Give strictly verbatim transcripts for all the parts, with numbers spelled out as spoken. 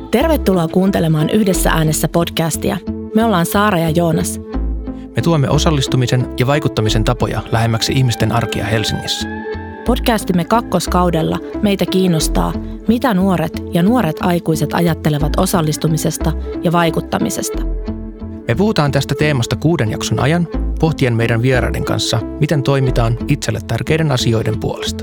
Tervetuloa kuuntelemaan Yhdessä äänessä podcastia. Me ollaan Saara ja Joonas. Me tuomme osallistumisen ja vaikuttamisen tapoja lähemmäksi ihmisten arkea Helsingissä. Podcastimme kakkoskaudella meitä kiinnostaa, mitä nuoret ja nuoret aikuiset ajattelevat osallistumisesta ja vaikuttamisesta. Me puhutaan tästä teemasta kuuden jakson ajan, pohtien meidän vieraiden kanssa, miten toimitaan itselle tärkeiden asioiden puolesta.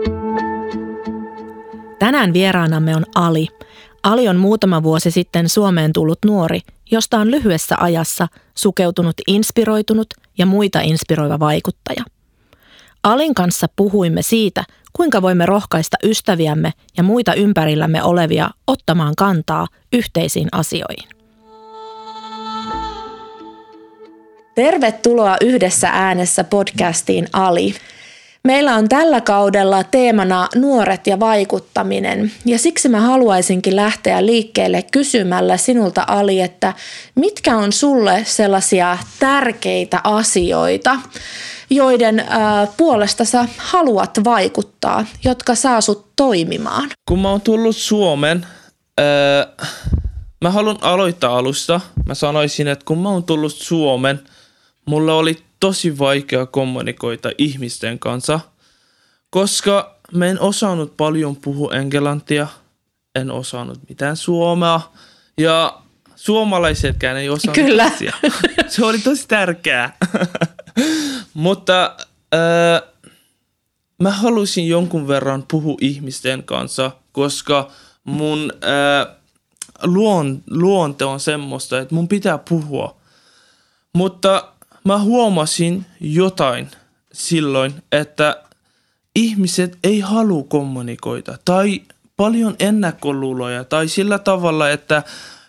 Tänään vieraanamme on Ali. Ali on muutama vuosi sitten Suomeen tullut nuori, josta on lyhyessä ajassa sukeutunut inspiroitunut ja muita inspiroiva vaikuttaja. Alin kanssa puhuimme siitä, kuinka voimme rohkaista ystäviämme ja muita ympärillämme olevia ottamaan kantaa yhteisiin asioihin. Tervetuloa Yhdessä äänessä podcastiin, Ali. Meillä on tällä kaudella teemana nuoret ja vaikuttaminen, ja siksi mä haluaisinkin lähteä liikkeelle kysymällä sinulta, Ali, että mitkä on sulle sellaisia tärkeitä asioita, joiden äh, puolesta sä haluat vaikuttaa, jotka saa sut toimimaan? Kun mä oon tullut Suomeen, äh, mä haluan aloittaa alusta. Mä sanoisin, että kun mä oon tullut Suomeen, mulla oli tosi vaikea kommunikoida ihmisten kanssa, koska mä en osannut paljon puhua englantia, en osannut mitään suomea ja suomalaisetkään ei osannut Kyllä. asia. Se oli tosi tärkeää. Mutta äh, mä halusin jonkun verran puhua ihmisten kanssa, koska mun äh, luon, luonte on semmoista, että mun pitää puhua. Mutta mä huomasin jotain silloin, että ihmiset ei halua kommunikoida tai paljon ennakkoluuloja tai sillä tavalla, että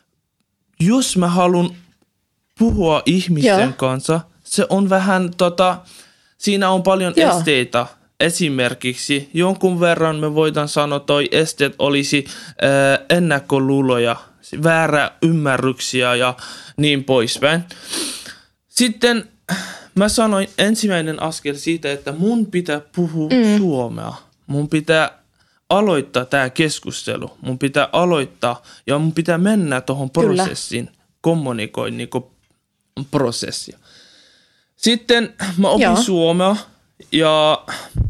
jos mä haluan puhua ihmisten Joo. kanssa, se on vähän, tota, siinä on paljon Joo. esteitä. Esimerkiksi jonkun verran me voidaan sanoa, että toi esteet olisi äh, ennakkoluuloja, väärä ymmärryksiä ja niin poispäin. Sitten mä sanoin ensimmäinen askel siitä, että mun pitää puhua mm. suomea. Mun pitää aloittaa tämä keskustelu. Mun pitää aloittaa ja mun pitää mennä tuohon prosessiin, kommunikoinnin prosessia. Sitten mä opin Joo. suomea ja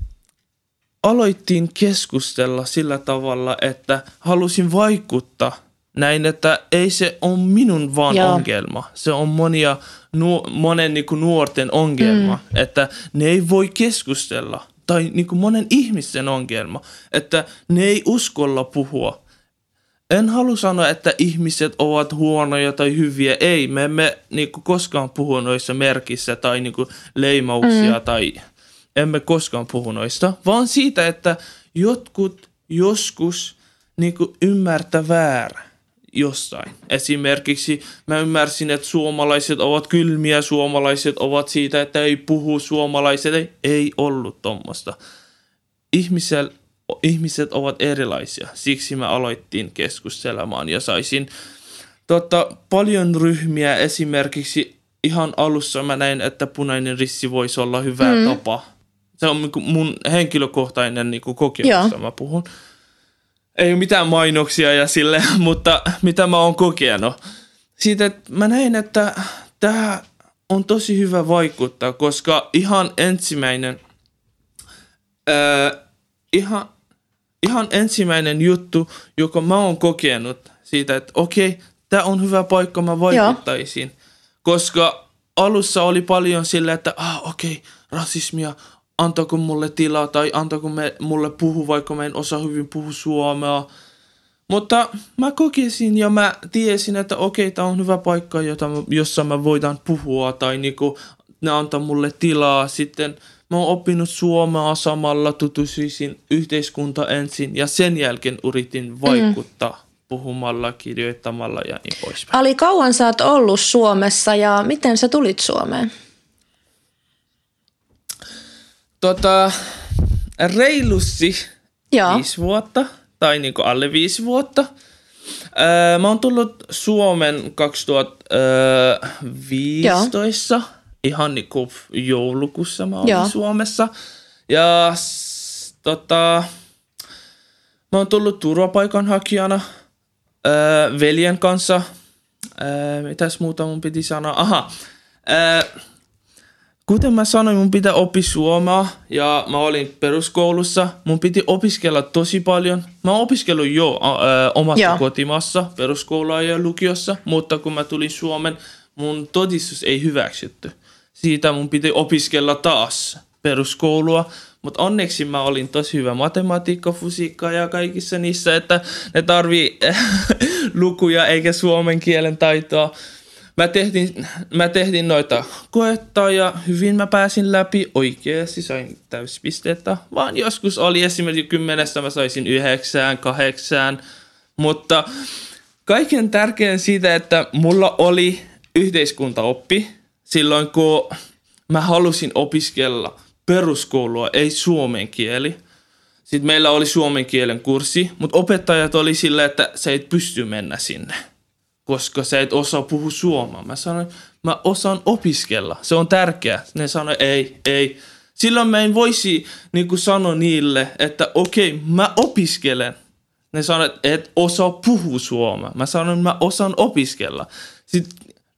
aloittiin keskustella sillä tavalla, että halusin vaikuttaa näin, että ei se ole minun vaan Joo. ongelma. Se on monia, nu, monen niin kuin nuorten ongelma, mm. että ne ei voi keskustella. Tai niin kuin monen ihmisen ongelma, että ne ei uskalla puhua. En halua sanoa, että ihmiset ovat huonoja tai hyviä. Ei, me emme niin kuin koskaan puhu noissa merkissä tai niin kuin leimauksia mm. tai emme koskaan puhu noista. Vaan siitä, että jotkut joskus niin kuin ymmärtää väärä jossain. Esimerkiksi mä ymmärsin, että suomalaiset ovat kylmiä, suomalaiset ovat siitä, että ei puhu suomalaiset. Ei, ei ollut tuommoista. Ihmiset, ihmiset ovat erilaisia. Siksi mä aloittiin keskustelemaan ja saisin tota, paljon ryhmiä. Esimerkiksi ihan alussa mä näin, että Punainen Risti voisi olla hyvä mm. tapa. Se on mun henkilökohtainen niin kuin kokemus, mä puhun. Ei ole mitään mainoksia ja sille, mutta mitä mä oon kokenut. Siitä, että mä näin, että tämä on tosi hyvä vaikuttaa, koska ihan ensimmäinen, äh, ihan, ihan ensimmäinen juttu, joka mä oon kokenut siitä, että okei, tämä on hyvä paikka, mä vaikuttaisin. Joo. Koska alussa oli paljon sillä, että ah, okei, rasismia, antaako mulle tilaa tai antaako me, mulle puhu, vaikka mä en osaa hyvin puhua suomea. Mutta mä kokesin ja mä tiesin, että okei, tää on hyvä paikka, jota, jossa mä voidaan puhua tai niinku, ne antaa mulle tilaa. Sitten mä oon oppinut suomea samalla, tutustuisin yhteiskunta ensin ja sen jälkeen yritin vaikuttaa mm. puhumalla, kirjoittamalla ja niin poispäin. Ali, kauan sä oot ollut Suomessa ja miten sä tulit Suomeen? Tota, reilusti Joo. viisi vuotta, tai niinku alle viisi vuotta. Öö, mä oon tullut Suomen kaksituhattaviisitoista, Joo. ihan niinku joulukuussa mä olin Joo. Suomessa. Ja s, tota, mä oon tullut turvapaikanhakijana. Öö, veljen kanssa. Öö, mitäs muuta mun piti sanoa? Aha. Öö, kuten mä sanoin, mun pitää oppia suomea ja mä olin peruskoulussa. Mun piti opiskella tosi paljon. Mä oon opiskellut jo öö, omassa Joo. kotimaassa, peruskoulua ja lukiossa, mutta kun mä tulin Suomen, mun todistus ei hyväksytty. Siitä mun piti opiskella taas peruskoulua. Mutta onneksi mä olin tosi hyvä matematiikka, fysiikka ja kaikissa niissä, että ne tarvii lukuja eikä suomen kielen taitoa. Mä tehtiin, mä tehtiin noita koetta ja hyvin mä pääsin läpi. Oikeasti sain täyspisteitä, vaan joskus oli esimerkiksi kymmenestä mä saisin yhdeksään, kahdeksaan. Mutta kaiken tärkein siitä, että mulla oli yhteiskuntaoppi silloin, kun mä halusin opiskella peruskoulua, ei suomen kieli. Sitten meillä oli suomen kielen kurssi, mutta opettajat oli sillä, että sä et pysty mennä sinne, koska sä et osaa puhua suomea. Mä sanoin, mä osaan opiskella, se on tärkeää. Ne sanoi, ei, ei. Silloin mä en voisi niin kuin sanoa niille, että okei, okay, mä opiskelen. Ne sanoi, että et osaa puhua suomea. Mä sanoin, mä osaan opiskella. Sitten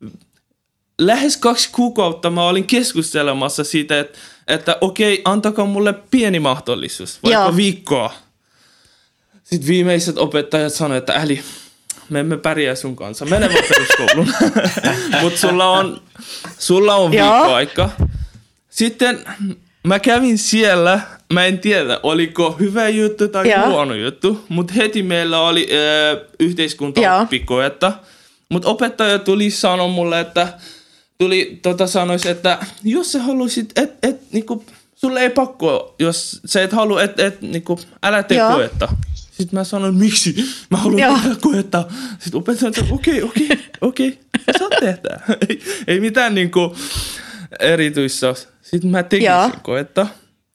lähes kaksi kuukautta mä olin keskustelemassa siitä, että, että okei, antakaa mulle pieni mahdollisuus, vaikka Joo. viikkoa. Sitten viimeiset opettajat sanoivat, että Äli, me emme pärjää sun kanssa, mene vaan peruskouluun. Mutta sulla on, sulla on viikko aika. Sitten mä kävin siellä, mä en tiedä, oliko hyvä juttu tai Joo. huono juttu, mutta heti meillä oli äh, yhteiskuntaoppikoetta. Mutta opettaja tuli sanoa mulle, että tuli tota sanoisi, että jos sä haluaisit, et, et, niinku, sulle ei pakko, jos sä et halua, et, et, niinku, älä tee Joo. koetta. Sitten mä sanoin, miksi? Mä haluan Joo. tehdä koetta. Sitten opettaja sanoi, okei, okei, okei, saat tehdä. ei, ei mitään niinku erityistä. Sitten mä tekin Joo. sen koetta.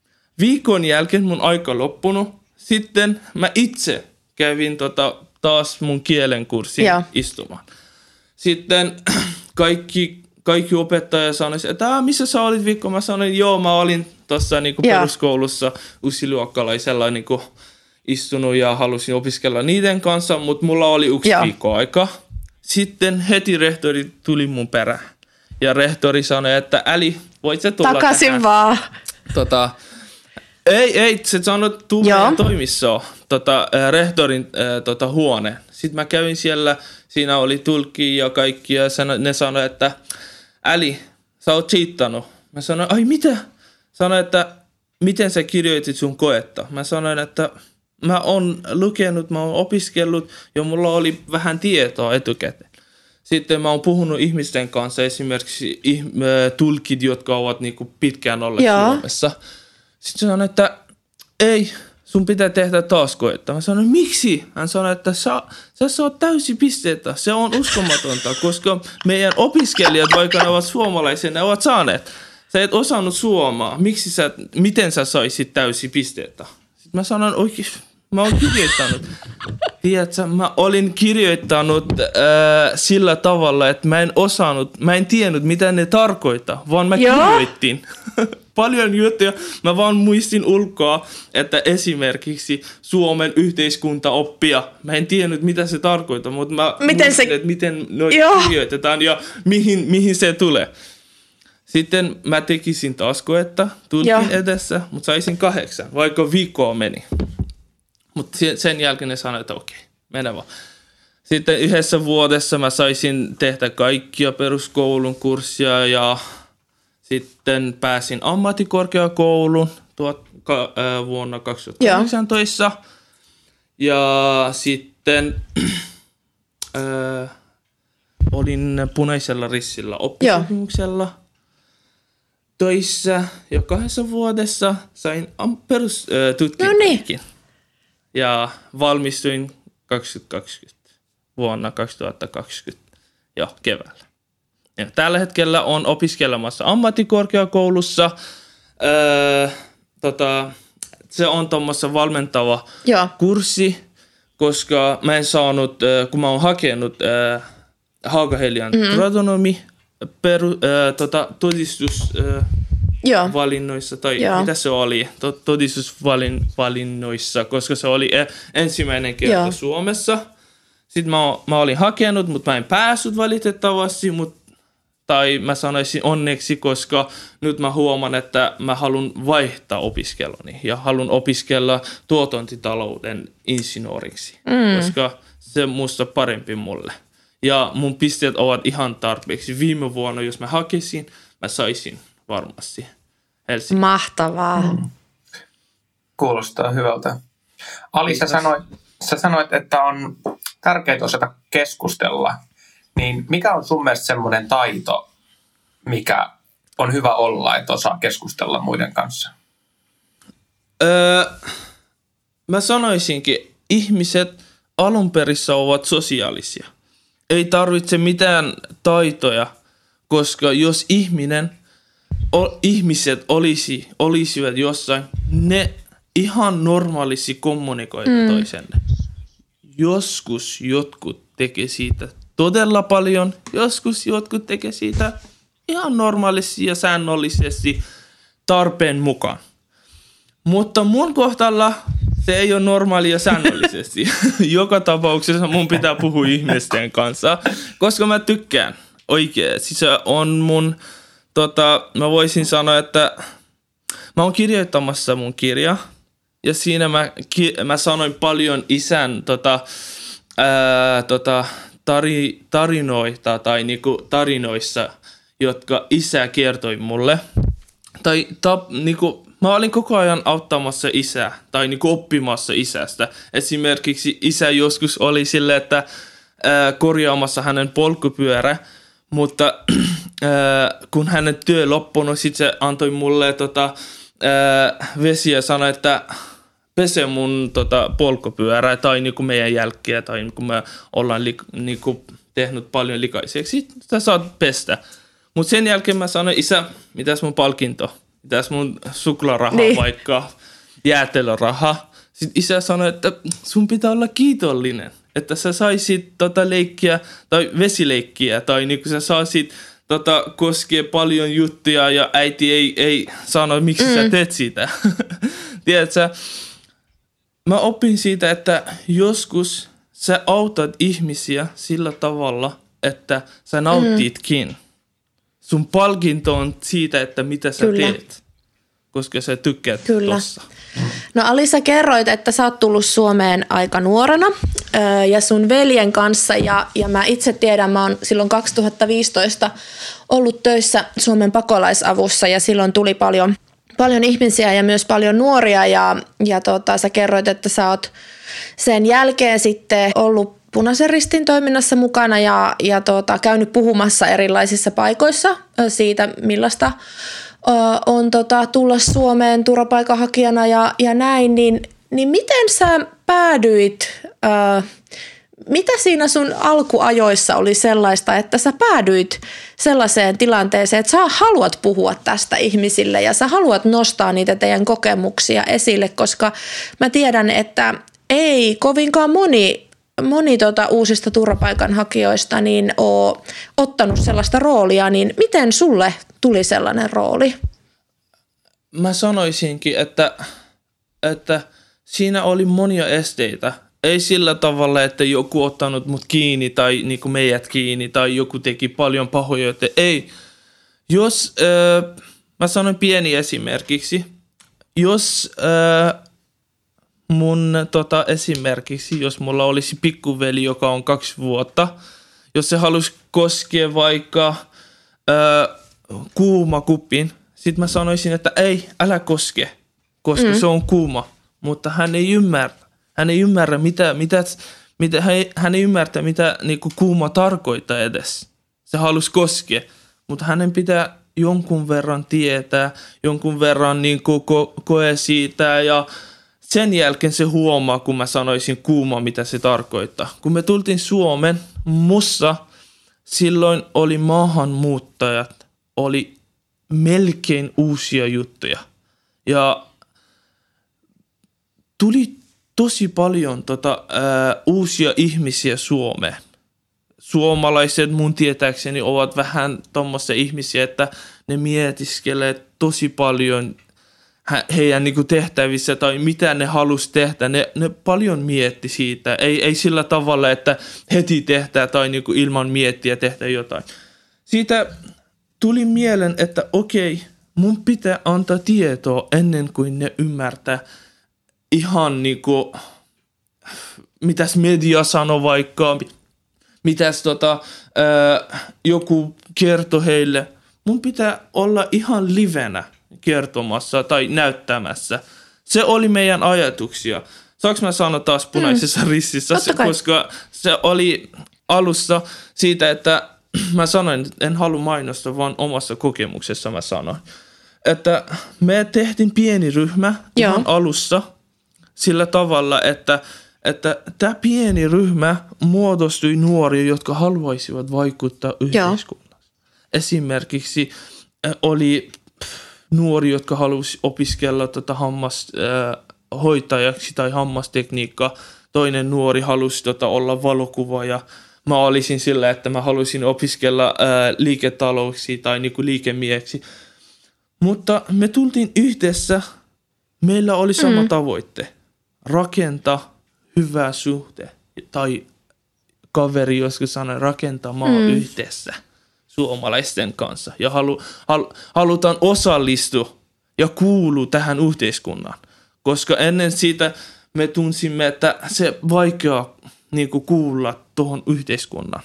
Viikon jälkeen mun aika loppunut. Sitten mä itse kävin tota, taas mun kielen kurssin Joo. istumaan. Sitten kaikki, kaikki opettajat sanoivat, että missä sä olit viikko? Mä sanoin, joo, mä olin tuossa niinku peruskoulussa ysiluokkalaisella niinku istunut ja halusin opiskella niiden kanssa, mutta mulla oli yksi Joo. viikko aika. Sitten heti rehtori tuli mun perään. Ja rehtori sanoi, että Äli, voit sä tulla takaisin tähän? vaan. Tota, ei, ei, se sanoi, tuu meidän toimistoon, tota, rehtorin äh, tota, huone. Sitten mä kävin siellä, siinä oli tulkki ja kaikki, ja ne sanoi, että Äli, sä oot cheatannut. Mä sanoin, ai mitä? Sanoin, että miten sä kirjoitit sun koetta? Mä sanoin, että mä oon lukenut, mä oon opiskellut, ja mulla oli vähän tietoa etukäteen. Sitten mä oon puhunut ihmisten kanssa, esimerkiksi tulkit, jotka ovat niinku pitkään olleet Suomessa. Sitten sanoin, että ei, sun pitää tehdä taas koetta. Mä sanoin, miksi? Hän sanoi, että sä, sä saat täysi pisteitä. Se on uskomatonta, koska meidän opiskelijat, vaikka ne ovat suomalaisia, ne ovat saaneet. Sä et osannut suomaa. Miksi sä, miten sä saisit täysi pisteitä? Sitten mä sanoin, oikein, mä oon kirjoittanut. Tiedätkö, mä olin kirjoittanut äh, sillä tavalla, että mä en osannut, mä en tiennyt, mitä ne tarkoittaa, vaan mä Joo. kirjoitin. Paljon juttuja. Mä vaan muistin ulkoa, että esimerkiksi Suomen yhteiskuntaoppia. Mä en tiennyt, mitä se tarkoittaa, mutta mä miten muistin, se... että miten noita kirjoitetaan ja mihin, mihin se tulee. Sitten mä tekisin taas koetta tulkin Joo. edessä, mutta saisin kahdeksan, vaikka viikkoa meni. Mutta sen jälkeen ne sanoi, että okei, mene vaan. Sitten yhdessä vuodessa mä saisin tehdä kaikkia peruskoulun kurssia ja sitten pääsin ammattikorkeakouluun tuot, ka, äh, vuonna kaksituhattakahdeksantoista. Ja, ja sitten äh, olin Punaisella Ristillä oppisopimuksella töissä ja kahdessa vuodessa sain perustutkintokin. No niin. Ja valmistuin kaksituhattakaksikymmentä, vuonna kaksituhattakaksikymmentä jo keväällä. Ja tällä hetkellä on opiskelemassa ammattikorkeakoulussa. Öö, tota, se on tuommoissa valmentava Joo. kurssi, koska mä en saanut, kun mä oon hakenut äh, Haaga-Heilian mm-hmm. tradonomi peru, äh, tota, todistus äh, Joo. valinnoissa, tai Joo. mitä se oli, todistusvalinnoissa, koska se oli ensimmäinen kerta Joo. Suomessa. Sitten mä, mä olin hakenut, mutta mä en päässyt valitettavasti, mutta tai mä sanoisin onneksi, koska nyt mä huomaan, että mä haluan vaihtaa opiskeluni ja haluan opiskella tuotantotalouden insinööriksi, mm. koska se on musta parempi mulle. Ja mun pisteet ovat ihan tarpeeksi. Viime vuonna, jos mä hakisin, mä saisin varmasti Helsinki. Mahtavaa. Mm. Kuulostaa hyvältä. Ali, sä sanoit, sä sanoit, että on tärkeää osata keskustella. Niin mikä on sun mielestä semmoinen taito, mikä on hyvä olla, että osaa keskustella muiden kanssa? Öö, mä sanoisinkin, ihmiset alunperissä ovat sosiaalisia. Ei tarvitse mitään taitoja, koska jos ihminen, o, ihmiset olisi, olisivat jossain, ne ihan normaalisti kommunikoida mm. toisenne. Joskus jotkut tekee siitä todella paljon, joskus jotkut tekee siitä ihan normaalisti ja säännöllisesti tarpeen mukaan. Mutta mun kohdalla se ei ole normaalia säännöllisesti. Joka tapauksessa mun pitää puhua ihmisten kanssa, koska mä tykkään oikein. Siis se on mun, tota, mä voisin sanoa, että mä oon kirjoittamassa mun kirja ja siinä mä, ki, mä sanoin paljon isän tota, ää, tota, tari, tarinoita tai niinku tarinoissa, jotka isä kertoi mulle. Tai ta, niinku, mä olin koko ajan auttamassa isää tai niinku oppimassa isästä. Esimerkiksi isä joskus oli sille, että ää, korjaamassa hänen polkupyörä, mutta ää, kun hänen työ loppunut, sitten se antoi mulle tota, ää, vesiä ja sanoi, että pese mun tota, polkupyörää tai niinku meidän jälkeä tai niinku me ollaan li, niinku, tehnyt paljon likaiseksi. Sä saat pestä. Mutta sen jälkeen mä sanoin, isä, mitäs mun palkinto? Mitäs mun suklaaraha, niin. Vaikka jäätelöraha? Sitten isä sanoi, että sun pitää olla kiitollinen, että sä saisit tota leikkiä tai vesileikkiä tai niinku sä saisit tota, koskea paljon juttuja ja äiti ei, ei sano, miksi mm. sä teet sitä. Tiedätkö, mä opin siitä, että joskus sä autat ihmisiä sillä tavalla, että sä nautitkin. Mm. Sun palkinto on siitä, että mitä sä Kyllä. teet, koska sä tykkäät Kyllä. tossa. No Ali, sä kerroit, että sä oot tullut Suomeen aika nuorena ja sun veljen kanssa ja, ja mä itse tiedän, mä oon silloin kaksituhattaviisitoista ollut töissä Suomen pakolaisavussa ja silloin tuli paljon, paljon ihmisiä ja myös paljon nuoria ja, ja tota, sä kerroit, että sä oot sen jälkeen sitten ollut Punaisen Ristin toiminnassa mukana ja, ja tota, käynyt puhumassa erilaisissa paikoissa siitä, millaista ö, on tota, tulla Suomeen turvapaikanhakijana ja, ja näin, niin, niin miten sä päädyit, ö, mitä siinä sun alkuajoissa oli sellaista, että sä päädyit sellaiseen tilanteeseen, että sä haluat puhua tästä ihmisille ja sä haluat nostaa niitä teidän kokemuksia esille, koska mä tiedän, että ei kovinkaan moni Moni tuota, uusista turvapaikanhakijoista niin on ottanut sellaista roolia, niin miten sulle tuli sellainen rooli? Mä sanoisinkin, että, että siinä oli monia esteitä. Ei sillä tavalla, että joku ottanut mut kiinni tai niin kuin meidät kiinni tai joku teki paljon pahoja. Ei. Jos, äh, mä sanoin pieni esimerkiksi, jos äh, mun tota, esimerkiksi, jos mulla olisi pikkuveli, joka on kaksi vuotta, jos se halusi koskea vaikka äh, kuuma kupin, sit mä sanoisin, että ei, älä koske, koska mm. se on kuuma, mutta hän ei ymmärrä. Hän ei ymmärrä, mitä, mitä, mitä, hän ei ymmärtä, mitä niin kuin kuuma tarkoittaa edes. Se halusi koskea, mutta hänen pitää jonkun verran tietää, jonkun verran niin kuin ko- koe siitä ja sen jälkeen se huomaa, kun mä sanoisin kuuma, mitä se tarkoittaa. Kun me tultiin Suomen, mussa silloin oli maahanmuuttajat, oli melkein uusia juttuja. Ja tuli tosi paljon tota, ää, uusia ihmisiä Suomeen. Suomalaiset mun tietääkseni ovat vähän tommosia ihmisiä, että ne mietiskelee tosi paljon heidän niin kuin tehtävissä tai mitä ne halusi tehdä. Ne, ne paljon mietti siitä. Ei, ei sillä tavalla, että heti tehdään tai niin kuin ilman miettiä tehdään jotain. Siitä tuli mieleen, että okei, mun pitää antaa tietoa ennen kuin ne ymmärtää ihan niin kuin, mitäs media sanoo vaikka, mitäs tota, ää, joku kertoo heille. Mun pitää olla ihan livenä kertomassa tai näyttämässä. Se oli meidän ajatuksia. Saanko mä sanoa taas punaisessa mm. ristissä? Se, koska se oli alussa siitä, että mä sanoin, että en halua mainostaa, vaan omassa kokemuksessa mä sanoin. Että me tehtiin pieni ryhmä ihan alussa sillä tavalla, että että tämä pieni ryhmä muodostui nuoria, jotka haluaisivat vaikuttaa yhteiskunnassa. Esimerkiksi oli nuori, jotka halusivat opiskella tota hammashoitajaksi tai hammastekniikkaa. Toinen nuori halusi tota olla valokuvaaja. Mä olisin sillä, että mä halusin opiskella ää, liiketalouksia tai niinku liikemieheksi. Mutta me tultiin yhdessä. Meillä oli sama mm. tavoite. Rakentaa hyvä suhde tai kaveri joskus sanoi rakentamaan mm. yhdessä suomalaisten kanssa ja halu, hal, halutaan osallistua ja kuulua tähän yhteiskunnan, koska ennen sitä me tunsimme, että se vaikea niin kuin kuulla tuohon yhteiskunnan.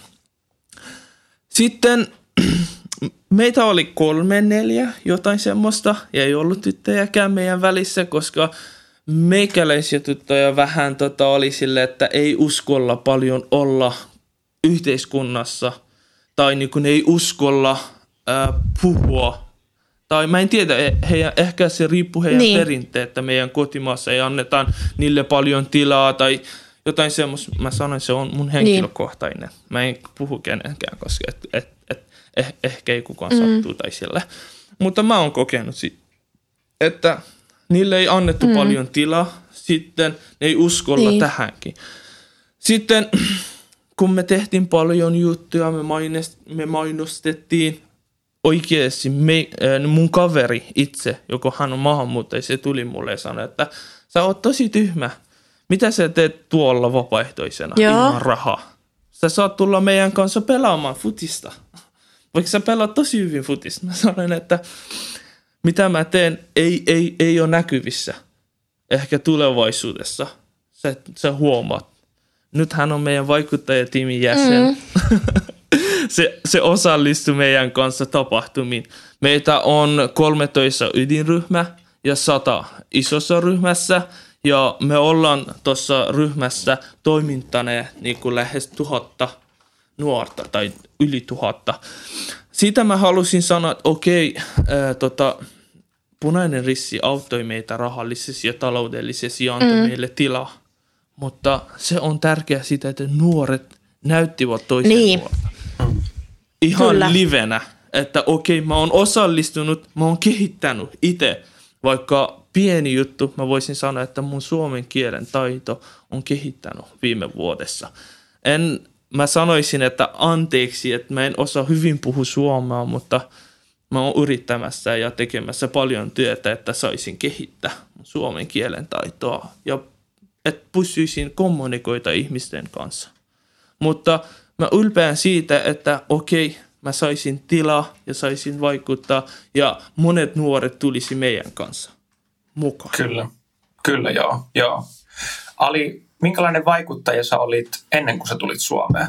Sitten meitä oli kolme, neljä, jotain semmoista ja ei ollut tyttöjäkään meidän välissä, koska meikäläisiä tyttöjä vähän tota oli sille, että ei uskolla paljon olla yhteiskunnassa tai niin kuin ei uskolla ää, puhua. Tai mä en tiedä, heidän, ehkä se riippuu heidän niin. perinteet, että meidän kotimaassa ei anneta niille paljon tilaa tai jotain semmoista. Mä sanoin, se on mun henkilökohtainen. Niin. Mä en puhu kenenkään, koska et, et, et, eh, ehkä ei kukaan mm. sattuu tai sillä. Mutta mä oon kokenut, että niille ei annettu mm. paljon tilaa, sitten ne ei uskolla niin. tähänkin. Sitten kun me tehtiin paljon juttuja, me, mainest, me mainostettiin oikeasti, me, äh, mun kaveri itse, joko hän on maahanmuuttaja, se tuli mulle ja sanoi, että sä oot tosi tyhmä. Mitä sä teet tuolla vapaaehtoisena Joo. ilman rahaa? Sä saat tulla meidän kanssa pelaamaan futista. Vaikka sä pelaat tosi hyvin futista. Mä sanoin, että mitä mä teen, ei, ei, ei ole näkyvissä. Ehkä tulevaisuudessa. Sä, sä huomaat. Nyt hän on meidän vaikuttajatiimin jäsen. Mm. se, se osallistuu meidän kanssa tapahtumiin. Meitä on kolmetoista ydinryhmä ja sata isossa ryhmässä. Ja me ollaan tuossa ryhmässä toimintaneet niin kuin lähes tuhatta nuorta tai yli tuhatta. Siitä mä halusin sanoa, että okei, ää, tota, Punainen Risti auttoi meitä rahallisesti ja taloudellisesti ja antoi mm. meille tilaa. Mutta se on tärkeää sitä, että nuoret näyttivät toisen niin. nuorta. Ihan Kyllä. livenä, että okei, mä oon osallistunut, mä oon kehittänyt itse, vaikka pieni juttu, mä voisin sanoa, että mun suomen kielen taito on kehittänyt viime vuodessa. En, mä sanoisin, että anteeksi, että mä en osaa hyvin puhua suomea, mutta mä oon yrittämässä ja tekemässä paljon työtä, että saisin kehittää mun suomen kielen taitoa ja että pystyisin kommunikoida ihmisten kanssa. Mutta mä ylpeän siitä, että okei, mä saisin tilaa ja saisin vaikuttaa ja monet nuoret tulisi meidän kanssa mukaan. Kyllä, kyllä joo, joo. Ali, minkälainen vaikuttaja sä olit ennen kuin sä tulit Suomeen?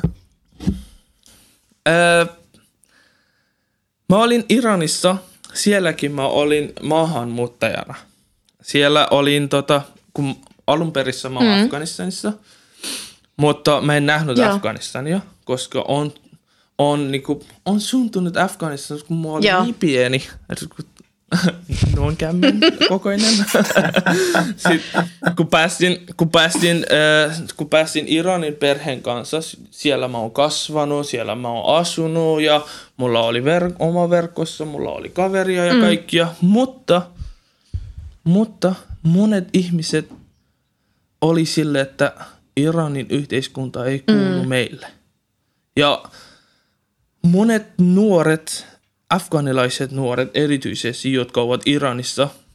Öö, mä olin Iranissa, sielläkin mä olin maahanmuuttajana. Siellä olin, tota, kun alun perissä mä olen mm. Afganistanissa, mutta mä en nähnyt Joo. Afganistania, koska on, on, niinku, on syntynyt Afganistanissa, kun mä olin Joo. niin pieni. Noin kämmen kokoinen. Sitten, kun, päästin, kun, päästin, äh, kun päästin Iranin perheen kanssa, siellä mä oon kasvanut, siellä mä oon asunut ja mulla oli ver- oma verkossa, mulla oli kaveria ja mm. kaikkia. Mutta, mutta monet ihmiset oli sille, että Iranin yhteiskunta ei kuulu mm. meille. Ja monet nuoret, afganilaiset nuoret erityisesti, jotka ovat Iranissa,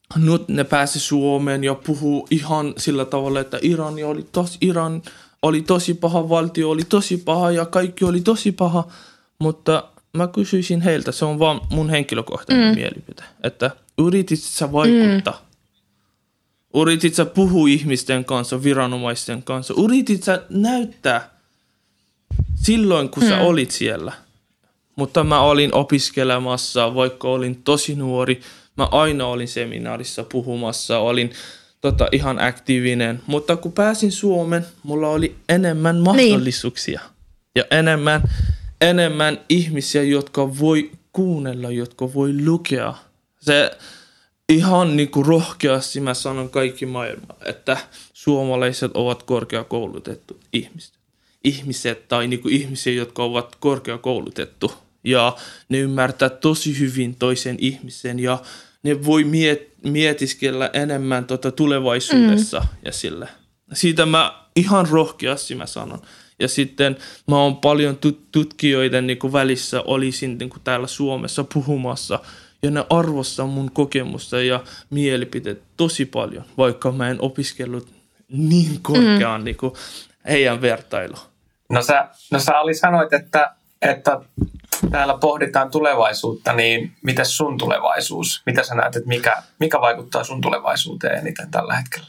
nyt ne pääsi Suomeen ja puhuu ihan sillä tavalla, että Iran oli tosi, Iran oli tosi paha, valtio oli tosi paha ja kaikki oli tosi paha, mutta mä kysyisin heiltä, se on vaan mun henkilökohtainen mm. mielipide, että yritit sä vaikuttaa, mm. yritit sä puhua ihmisten kanssa, viranomaisten kanssa, yritit sä näyttää silloin, kun mm. sä olit siellä, mutta mä olin opiskelemassa, vaikka olin tosi nuori, mä aina olin seminaarissa puhumassa, olin tota, ihan aktiivinen, mutta kun pääsin Suomeen, mulla oli enemmän mahdollisuuksia niin. ja enemmän, enemmän ihmisiä, jotka voi kuunnella, jotka voi lukea. Se ihan niin kuin rohkeasti mä sanon kaikki maailma, että suomalaiset ovat korkeakoulutettu ihmiset. Ihmiset tai niin kuin ihmisiä, jotka ovat korkeakoulutettu ja ne ymmärtää tosi hyvin toisen ihmisen ja ne voi miet- mietiskellä enemmän tota tulevaisuudessa mm. ja sille. Siitä mä ihan rohkeasti mä sanon. Ja sitten mä oon paljon tut- tutkijoiden niin kuin välissä olisin niin kuin täällä Suomessa puhumassa ja ne arvostaa mun kokemusta ja mielipiteet tosi paljon, vaikka mä en opiskellut niin korkeaan mm. niin kuin heidän vertailu. No sä, no sä Ali sanoit, että, että täällä pohditaan tulevaisuutta, niin mitäs sun tulevaisuus? Mitä sä näet, että mikä, mikä vaikuttaa sun tulevaisuuteen eniten tällä hetkellä?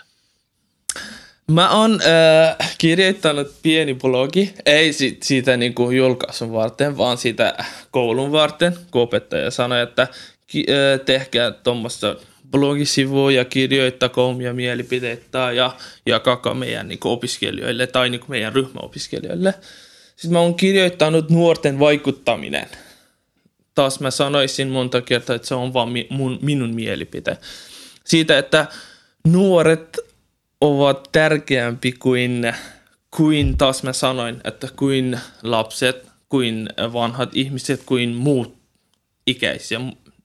Mä oon äh, kirjoittanut pieni blogi, ei si- siitä niinku julkaisun varten, vaan siitä koulun varten, kun opettaja sanoi, että ki- äh, tehkää tuommoista blogisivua ja kirjoittakaa omia mielipiteitä ja jakakaa meidän niinku opiskelijoille tai niinku meidän ryhmäopiskelijoille. Sitten mä oon kirjoittanut nuorten vaikuttaminen. Taas mä sanoisin monta kertaa, että se on vaan mi- mun, minun mielipite. Siitä, että nuoret ovat tärkeämpi kuin, kuin taas mä sanoin, että kuin lapset, kuin vanhat ihmiset, kuin muut ikäisiä.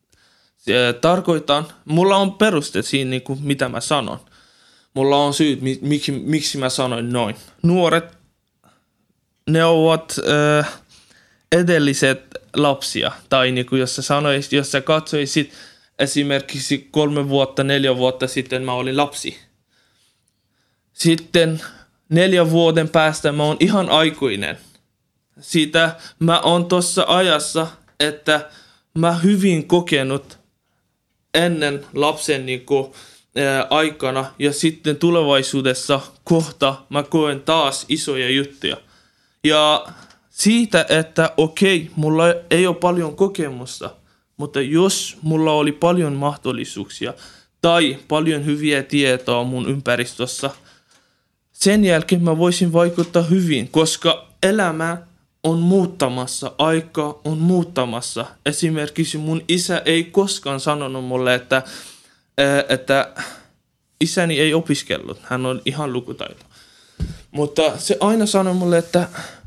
Tarkoitan, mulla on peruste siinä, niin kuin mitä mä sanon. Mulla on syyt, miksi, miksi mä sanoin noin. Nuoret, ne ovat äh, edelliset lapsia. Tai niin kuin jos sä sanoisit, jos sä katsoisit esimerkiksi kolme vuotta, neljä vuotta sitten mä olin lapsi. Sitten neljän vuoden päästä mä oon ihan aikuinen. Siitä mä oon tossa ajassa, että mä hyvin kokenut ennen lapsen niin kuin, ää, aikana ja sitten tulevaisuudessa kohta mä koen taas isoja juttuja. Ja siitä, että okei, mulla ei ole paljon kokemusta, mutta jos mulla oli paljon mahdollisuuksia tai paljon hyviä tietoa mun ympäristössä, sen jälkeen mä voisin vaikuttaa hyvin, koska elämä on muuttamassa, aika on muuttamassa. Esimerkiksi mun isä ei koskaan sanonut mulle, että, että isäni ei opiskellut, hän on ihan lukutaito. Mutta se aina sanoi mulle, että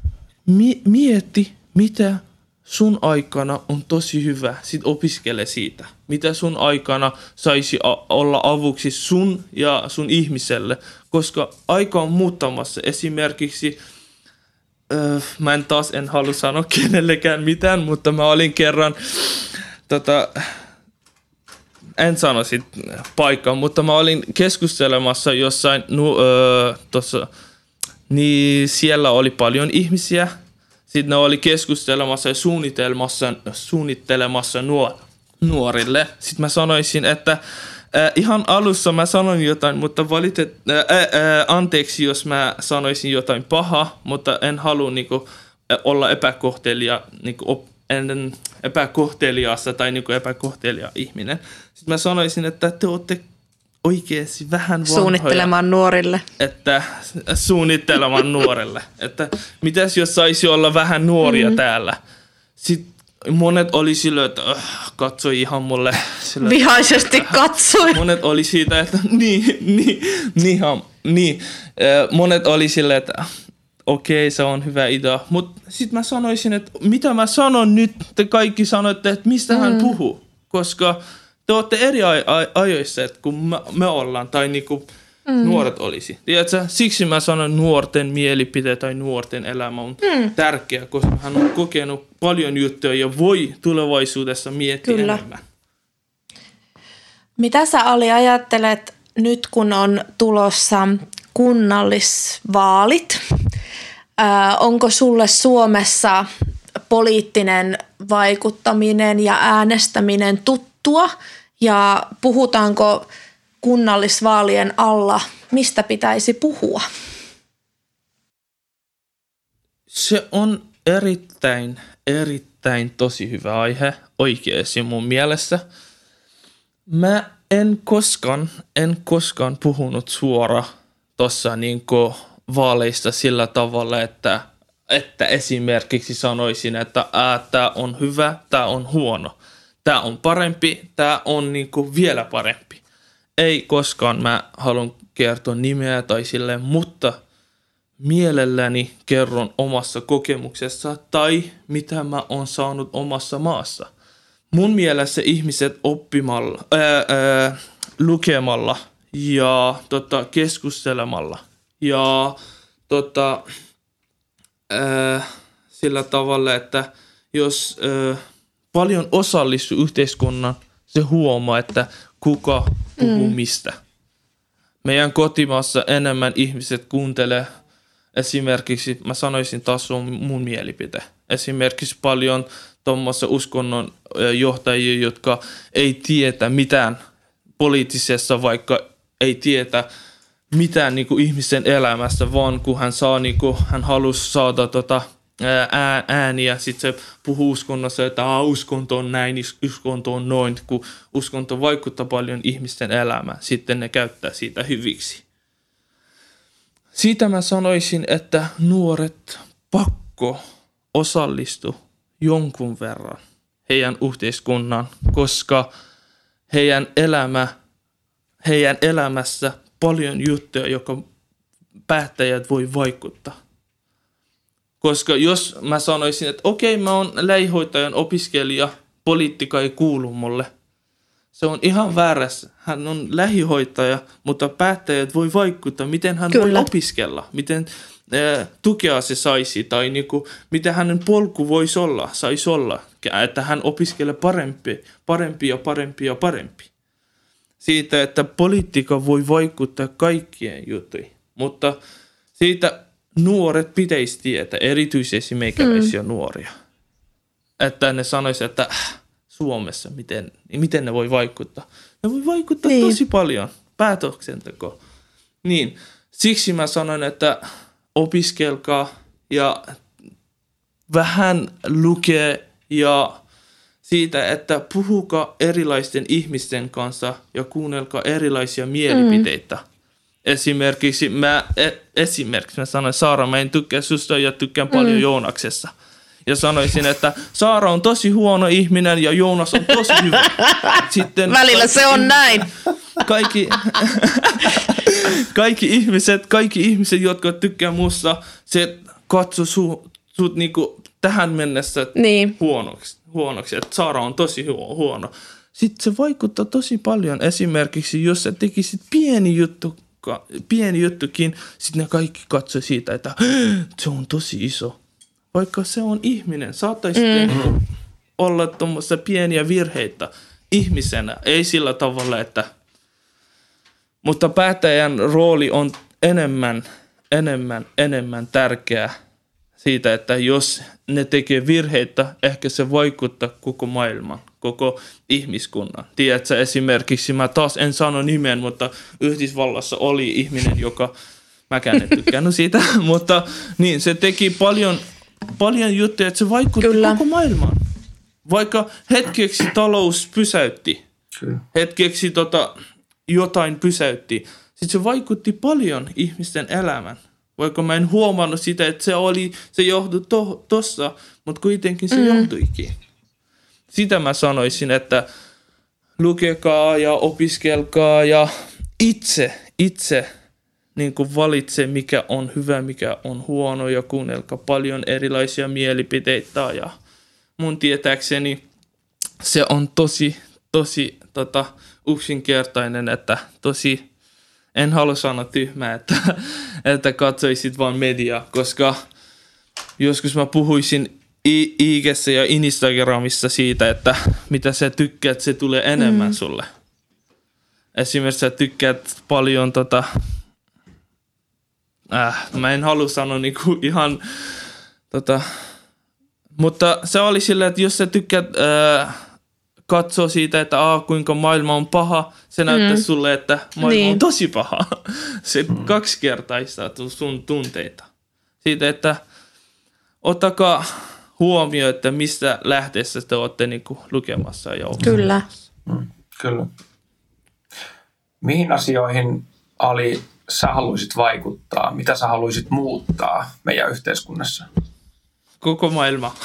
mieti, mitä sun aikana on tosi hyvä, sit opiskele siitä. Mitä sun aikana saisi olla avuksi sun ja sun ihmiselle, koska aika on muuttamassa. Esimerkiksi, äh, mä en taas en halua sanoa kenellekään mitään, mutta mä olin kerran, tota, en sano sit paikkaa, mutta mä olin keskustelemassa jossain, nu, äh, tossa, niin siellä oli paljon ihmisiä. Sitten ne oli keskustelemassa ja suunnitelmassa, suunnittelemassa nuor, nuorille. Sitten mä sanoisin, että äh, ihan alussa mä sanoin jotain, mutta valitet, äh, äh, anteeksi, jos mä sanoisin jotain pahaa, mutta en halua niinku, äh, olla epäkohtelia, niinku, op, en, epäkohteliaassa tai niinku, epäkohtelia ihminen. Sitten mä sanoisin, että te olette oikeasti vähän vanhoja. Suunnittelemaan nuorille. Että suunnittelemaan nuorelle. Että mitäs jos saisi olla vähän nuoria mm-hmm. täällä. Sitten monet oli silloin, että äh, katsoi ihan mulle. Sillä, vihaisesti äh, katsoi. Monet oli siitä, että niin, niin, niin, niin. Äh, monet oli silleen, että okei, okay, se on hyvä idea. Mutta sitten mä sanoisin, että mitä mä sanon nyt, te kaikki sanoitte, että mistä mm. hän puhuu. Koska te olette eri ajoissa, kuin me, me ollaan, tai niin kuin mm. nuoret olisi. Tiedätkö, siksi mä sanon nuorten mielipide tai nuorten elämä on mm. tärkeä, koska hän on kokenut paljon juttuja ja voi tulevaisuudessa miettiä Kyllä. enemmän. Mitä sä Ali ajattelet nyt, kun on tulossa kunnallisvaalit? Ää, onko sulle Suomessa poliittinen vaikuttaminen ja äänestäminen tuttua? Ja puhutaanko kunnallisvaalien alla, mistä pitäisi puhua? Se on erittäin, erittäin tosi hyvä aihe oikeasti mun mielestä. Mä en koskaan, en koskaan puhunut suoraan tuossa niinku vaaleista sillä tavalla, että, että esimerkiksi sanoisin, että tämä on hyvä, tämä on huono, tämä on parempi, tämä on niinku vielä parempi. Ei koskaan mä haluan kertoa nimeä tai silleen, mutta mielelläni kerron omassa kokemuksessa tai mitä mä oon saanut omassa maassa. Mun mielestä ihmiset oppimalla, ää, ää, lukemalla ja tota, keskustelemalla ja tota, ää, sillä tavalla, että jos ää, paljon osallistuu yhteiskunnan, se huomaa, että kuka puhuu mm. mistä. Meidän kotimaassa enemmän ihmiset kuuntelee. Esimerkiksi, mä sanoisin taas on mun mielipide. Esimerkiksi paljon tuommoissa uskonnon johtajia, jotka ei tietä mitään poliittisessa, vaikka ei tietä mitään niin kuin ihmisen elämästä, vaan kun hän, saa, niin kuin, hän halusi saada tota, ää, ääniä, sitten se puhuu uskonnossa, että Aa, uskonto on näin, uskonto on noin, kun uskonto vaikuttaa paljon ihmisten elämään, sitten ne käyttää siitä hyviksi. Siitä mä sanoisin, että nuoret pakko osallistu jonkun verran heidän yhteiskunnan, koska heidän, elämä, heidän elämässä paljon juttuja, joka päättäjät voi vaikuttaa. Koska jos mä sanoisin, että okei, mä oon lähihoitajan opiskelija, politiikka ei kuulu mulle. Se on ihan väärässä. Hän on lähihoitaja, mutta päättäjät voi vaikuttaa, miten hän Kyllä. voi opiskella, miten äh, tukea se saisi tai niinku, miten hänen polku voisi olla, saisi olla, että hän opiskelee parempi, parempi ja parempi ja parempi. Siitä, että politiikka voi vaikuttaa kaikkien juttuihin, mutta siitä nuoret pitäisi tietää, erityisesti meikäläisiä mm. nuoria, että ne sanoisivat, että Suomessa, miten, miten ne voi vaikuttaa. Ne voi vaikuttaa niin. tosi paljon päätöksentekoon. Niin, siksi mä sanon, että opiskelkaa ja vähän lukee ja siitä, että puhukaa erilaisten ihmisten kanssa ja kuunnelkaa erilaisia mielipiteitä. Mm. Esimerkiksi mä, esimerkiksi mä sanoin, Saara, mä en tykkää susta ja tykkään paljon mm. Joonaksessa. Ja sanoisin, että Saara on tosi huono ihminen ja Joonas on tosi hyvä. Sitten välillä kaikki, se on näin. Kaikki, kaikki, ihmiset, kaikki ihmiset, jotka tykkää musta, se katsoo su, sut niinku tähän mennessä niin. huonoksi, huonoksi. Että Saara on tosi huono. Sitten se vaikuttaa tosi paljon. Esimerkiksi jos sä tekisit pieni juttu, pieni juttukin, sitten ne kaikki katsoo siitä, että se on tosi iso. Vaikka se on ihminen, saattaisi mm. olla tuommoisia pieniä virheitä ihmisenä, ei sillä tavalla, että... Mutta päättäjän rooli on enemmän, enemmän, enemmän tärkeä siitä, että jos ne tekee virheitä, ehkä se vaikuttaa koko maailman, koko ihmiskunnan. Tiedätkö, esimerkiksi, mä taas en sano nimen, mutta Yhdysvallassa oli ihminen, joka... Mäkään en tykkännyt siitä, mutta niin, se teki paljon... Paljon juttuja, että se vaikutti Kyllä. koko maailmaan. Vaikka hetkeksi talous pysäytti, Kyllä. hetkeksi tota, jotain pysäytti, sitten se vaikutti paljon ihmisten elämään. Vaikka mä en huomannut sitä, että se, oli, se johtui to, tossa, mutta kuitenkin se mm. johtuikin. Sitä mä sanoisin, että lukekaa ja opiskelkaa ja itse, itse niin kuin valitse, mikä on hyvä, mikä on huono ja kuunnelkaa paljon erilaisia mielipiteitä. Ja mun tietääkseni se on tosi, tosi tota, yksinkertainen, että tosi, en halua sanoa tyhmää, että, että katsoisit vaan mediaa, koska joskus mä puhuisin I G:ssä ja Instagramissa siitä, että mitä sä tykkäät, se tulee enemmän mm. sulle. esimerkiksi sä tykkäät paljon tota, äh, mä en halua sanoa niinku ihan tota, mutta se oli silleen, että jos sä tykkäät äh, katsoa siitä, että aah, kuinka maailma on paha, se näyttää mm. sulle, että maailma niin. on tosi paha. Se mm. kaksikertaistaa sun tunteita. Siitä, että ottakaa huomioon, että mistä lähteessä te olette niinku lukemassa. Ja Kyllä. Mm, kyllä. Mihin asioihin, Ali, sä haluaisit vaikuttaa? Mitä sä haluaisit muuttaa meidän yhteiskunnassa? Koko maailma.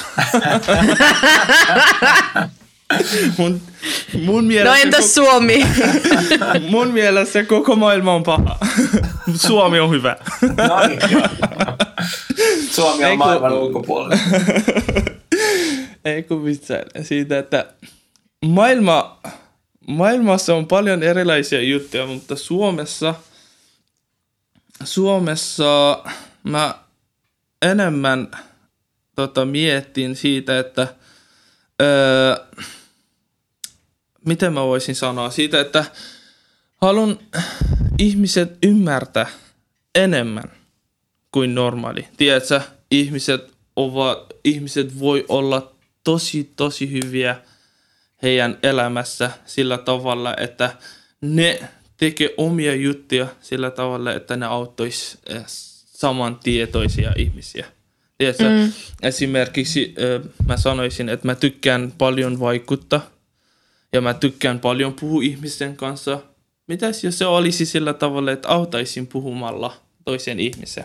mun, mun no entäs koko, Suomi? mun mielestä koko maailma on paha. Suomi on hyvä. No niin, joo. Suomi on Eiku, maailman ulkopuolella. Ei kun mitään. Siitä, että maailma, maailmassa on paljon erilaisia juttuja, mutta Suomessa, Suomessa mä enemmän tota, mietin siitä, että öö, miten mä voisin sanoa siitä, että haluan ihmiset ymmärtää enemmän kuin normaali. Tiedätkö, ihmiset, ovat, ihmiset voi olla tosi, tosi hyviä heidän elämässä sillä tavalla, että ne tekee omia juttuja sillä tavalla, että ne auttaisi samantietoisia ihmisiä. Tiedätkö, mm. esimerkiksi mä sanoisin, että mä tykkään paljon vaikuttaa ja mä tykkään paljon puhua ihmisten kanssa. Mitäs jos se olisi sillä tavalla, että autaisin puhumalla toisen ihmisen?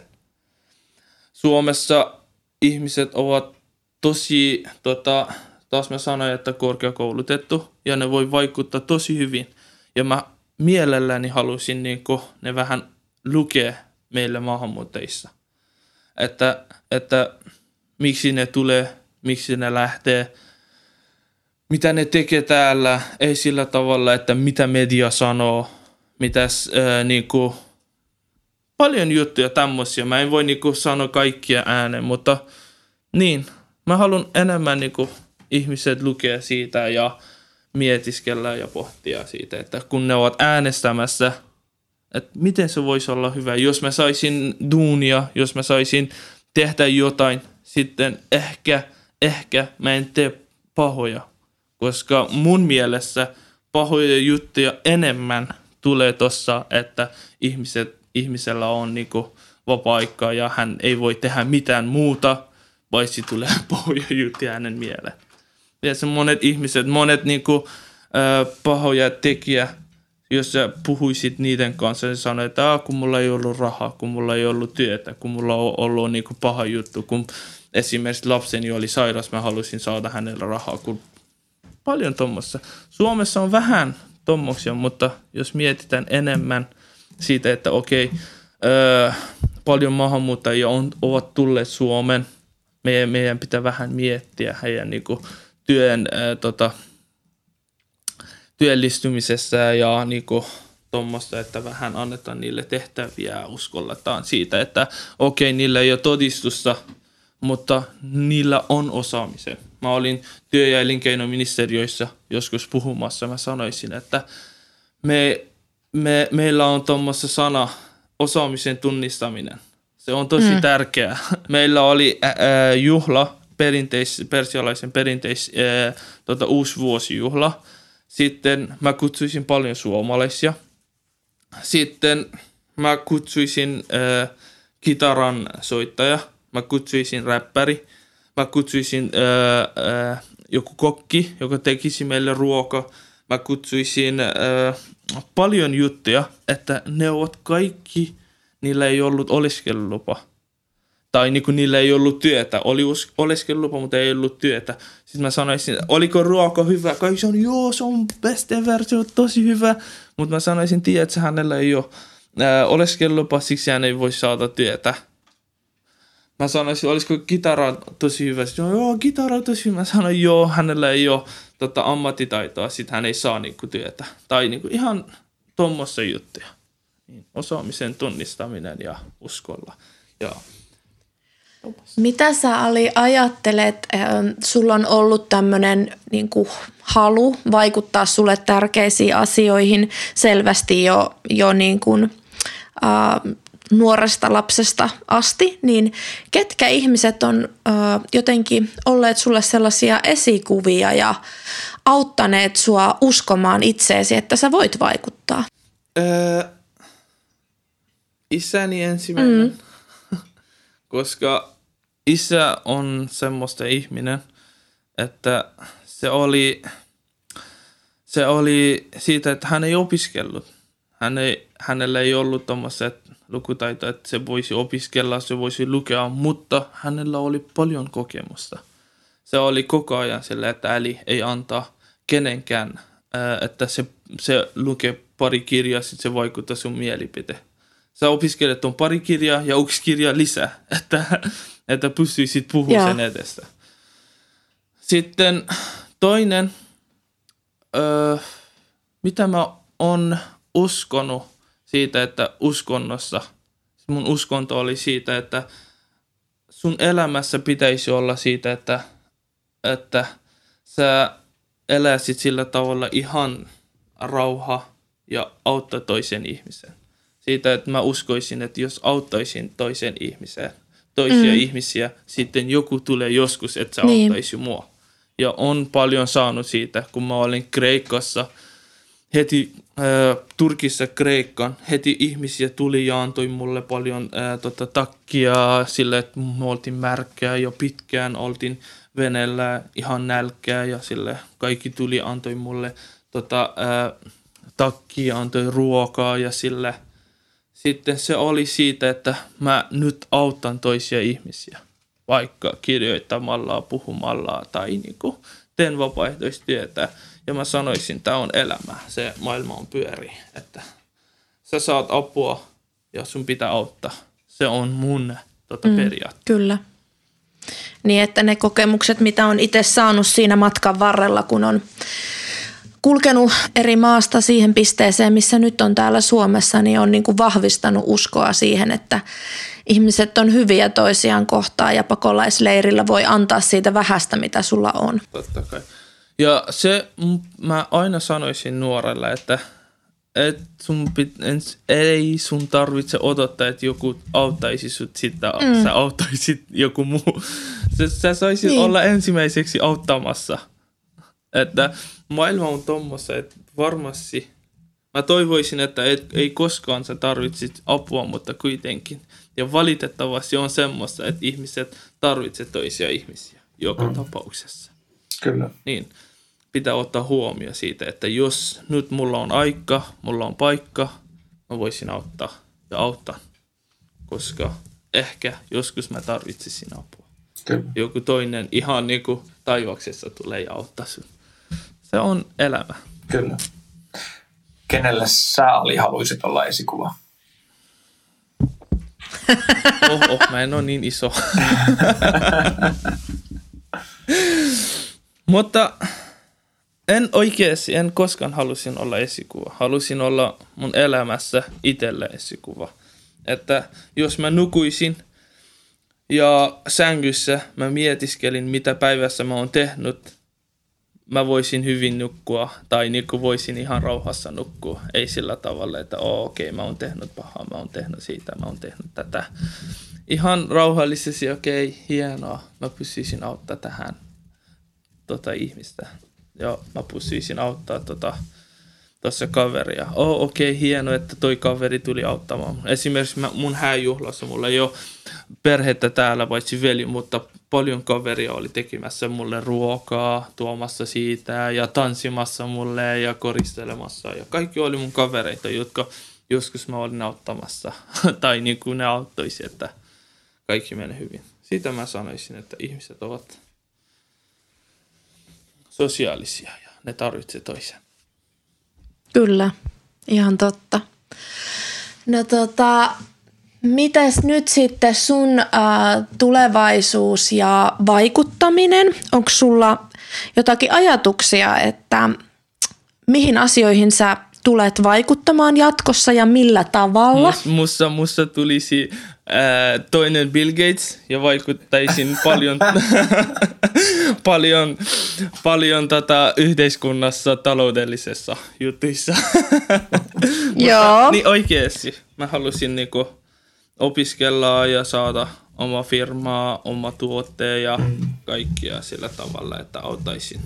Suomessa ihmiset ovat tosi, tota, taas mä sanoin, että korkeakoulutettu ja ne voi vaikuttaa tosi hyvin. Ja mä mielelläni halusin niin kuin, ne vähän lukea meille maahanmuuttajissa. Että, että miksi ne tulee, miksi ne lähtee, mitä ne tekee täällä, ei sillä tavalla, että mitä media sanoo, mitäs ää, niinku, paljon juttuja tämmöisiä. Mä en voi niinku sanoa kaikkia ääneen, mutta niin, mä haluan enemmän niinku ihmiset lukea siitä ja mietiskellä ja pohtia siitä, että kun ne ovat äänestämässä, että miten se voisi olla hyvä. Jos mä saisin duunia, jos mä saisin tehdä jotain, sitten ehkä, ehkä mä en tee pahoja. Koska mun mielessä pahoja juttuja enemmän tulee tossa, että ihmiset, ihmisellä on niinku vapaa-aikaa ja hän ei voi tehdä mitään muuta, paitsi tulee pahoja juttuja hänen mieleen. Ja se monet ihmiset, monet niinku, äh, pahoja tekijä, jos sä puhuisit niiden kanssa, niin sanoit, että ah, kun mulla ei ollut rahaa, kun mulla ei ollut työtä, kun mulla on ollut niinku paha juttu, kun esimerkiksi lapseni oli sairas, mä halusin saada hänelle rahaa, kun paljon tuommoista. Suomessa on vähän tuommoisia, mutta jos mietitään enemmän siitä, että okei, öö, paljon maahanmuuttajia on, ovat tulleet Suomeen, meidän, meidän pitää vähän miettiä heidän niinku, työn, ää, tota, työllistymisessä ja niinku, tuommoista, että vähän annetaan niille tehtäviä ja uskolletaan siitä, että okei, niillä ei ole todistusta, mutta niillä on osaamisen. Mä olin työ- ja elinkeinoministeriöissä joskus puhumassa. Mä sanoisin, että me, me, meillä on tuommoista sana osaamisen tunnistaminen. Se on tosi mm. tärkeää. Meillä oli ää, juhla, perinteis, persialaisen perinteis, ää, tota, uusvuosijuhla. Sitten mä kutsuisin paljon suomalaisia. Sitten mä kutsuisin ää, kitaran soittaja. Mä kutsuisin räppäri. Mä kutsuisin ää, ää, joku kokki, joka tekisi meille ruokaa. Mä kutsuisin ää, paljon juttuja, että ne ovat kaikki, niillä ei ollut oleskelulupa. Tai niin kuin niillä ei ollut työtä. Oli oleskelulupa, mutta ei ollut työtä. Sitten mä sanoisin, oliko ruoka hyvä? Kaikki sanoi, joo, se on best ever, se on tosi hyvä. Mutta mä sanoisin, tiedätkö, hänellä ei ole ää, oleskelulupa, siksi hän ei voi saada työtä. Mä sanoisin, olisiko kitara tosi hyvä? Sitten, joo, kitara tosi hyvä. Mä sanoin, joo, hänellä ei ole tota, ammattitaitoa, sit hän ei saa niinku, työtä. Tai niinku, ihan tuommoista juttuja. Niin, osaamisen tunnistaminen ja uskolla. Ja Mitä sä Ali ajattelet, sulla on ollut tämmöinen niin kuin halu vaikuttaa sulle tärkeisiin asioihin selvästi jo, jo niin kuin, äh, nuoresta lapsesta asti, niin ketkä ihmiset on äh, jotenkin olleet sulle sellaisia esikuvia ja auttaneet sua uskomaan itseesi, että sä voit vaikuttaa? Öö, isäni ensimmäinen, mm. koska isä on semmoista ihminen, että se oli, se oli siitä, että hän ei opiskellut. Hän ei, hänellä ei ollut tommoset lukutaito, että se voisi opiskella, se voisi lukea, mutta hänellä oli paljon kokemusta. Se oli koko ajan sillä, että äli ei antaa kenenkään, että se, se lukee pari kirjaa, sitten se vaikuttaa sun mielipite. Sä opiskelet tuon pari kirjaa ja yksi kirja lisää, että, että pystyisit puhumaan sen edestä. Sitten toinen, öö, mitä mä oon uskonut siitä, että uskonnossa, mun uskonto oli siitä, että sun elämässä pitäisi olla siitä, että, että sä eläisit sillä tavalla ihan rauha ja auttaa toisen ihmisen. Siitä, että mä uskoisin, että jos auttaisin toisen ihmisen, toisia mm. ihmisiä, sitten joku tulee joskus, että se niin. auttaisi mua. Ja on paljon saanut siitä, kun mä olin Kreikassa, heti äh, Turkissa Kreikkaan, heti ihmisiä tuli ja antoi mulle paljon äh, tota, takkia sille, että me oltiin märkää jo pitkään, oltiin veneellä ihan nälkää ja sille kaikki tuli antoi mulle tota, äh, takkia, antoi ruokaa ja sille. Sitten se oli siitä, että mä nyt autan toisia ihmisiä, vaikka kirjoittamalla, puhumalla tai niin kuin teen vapaaehtoistyötä. Ja mä sanoisin, että tämä on elämä, se maailma on pyöri, että sä saat apua ja sun pitää auttaa. Se on mun tota, mm, periaate. Kyllä. Niin, että ne kokemukset, mitä on itse saanut siinä matkan varrella, kun on kulkenut eri maasta siihen pisteeseen, missä nyt on täällä Suomessa, niin on niin kuin vahvistanut uskoa siihen, että ihmiset on hyviä toisiaan kohtaan ja pakolaisleirillä voi antaa siitä vähästä, mitä sulla on. Totta kai. Ja se mä aina sanoisin nuorelle, että et sun pit, ens, ei sun tarvitse odottaa, että joku auttaisi sut sitä, mm. sä auttaisit joku muu. Sä, sä saisit niin. olla ensimmäiseksi auttamassa. Että maailma on tommossa, että varmasti mä toivoisin, että et, ei koskaan sä tarvitsit apua, mutta kuitenkin. Ja valitettavasti on semmoista, että ihmiset tarvitsevat toisia ihmisiä joka mm. tapauksessa. Kyllä. Niin, pitää ottaa huomioon siitä, että jos nyt mulla on aika, mulla on paikka, mä voisin auttaa ja auttaa, koska ehkä joskus mä tarvitsisin apua. Kyllä. Joku toinen ihan niin kuin taivaksessa tulee ja auttaa sun. Se on elämä. Kyllä. Kenelle sä Ali haluaisit olla esikuva? Oho, mä en ole niin iso. Mutta en oikeasti, en koskaan halusin olla esikuva. Halusin olla mun elämässä itselle esikuva. Että jos mä nukuisin ja sängyssä mä mietiskelin, mitä päivässä mä oon tehnyt, mä voisin hyvin nukkua tai niin kuin voisin ihan rauhassa nukkua. Ei sillä tavalla, että oh, okei, okay, mä oon tehnyt pahaa, mä oon tehnyt siitä, mä oon tehnyt tätä. Ihan rauhallisesti, okei, okay, hienoa, mä pystyisin auttaa tähän tota ihmistä. Ja mä pystyisin auttaa tota, tuossa kaveria. Oh, okei, okay, hienoa, että toi kaveri tuli auttamaan. Esimerkiksi mä, mun hääjuhlassa mulla ei ole perhettä täällä, paitsi veli, mutta paljon kaveria oli tekemässä mulle ruokaa, tuomassa siitä ja tanssimassa mulle ja koristelemassa. Ja kaikki oli mun kavereita, jotka joskus mä olin auttamassa. tai niin kuin ne auttoisi, että kaikki menee hyvin. Siitä mä sanoisin, että ihmiset ovat sosiaalisia ja ne tarvitsevat toisen. Kyllä, ihan totta. No tota, mitäs nyt sitten sun äh, tulevaisuus ja vaikuttaminen? Onko sulla jotakin ajatuksia, että mihin asioihin sä tulet vaikuttamaan jatkossa ja millä tavalla? Musta, musta tulisi ää, toinen Bill Gates ja vaikuttaisin paljon, paljon, paljon tota yhteiskunnassa taloudellisessa jutuissa. Joo. Niin oikeasti mä halusin niinku opiskella ja saada oma firmaa, oma tuote ja kaikkia sillä tavalla, että auttaisin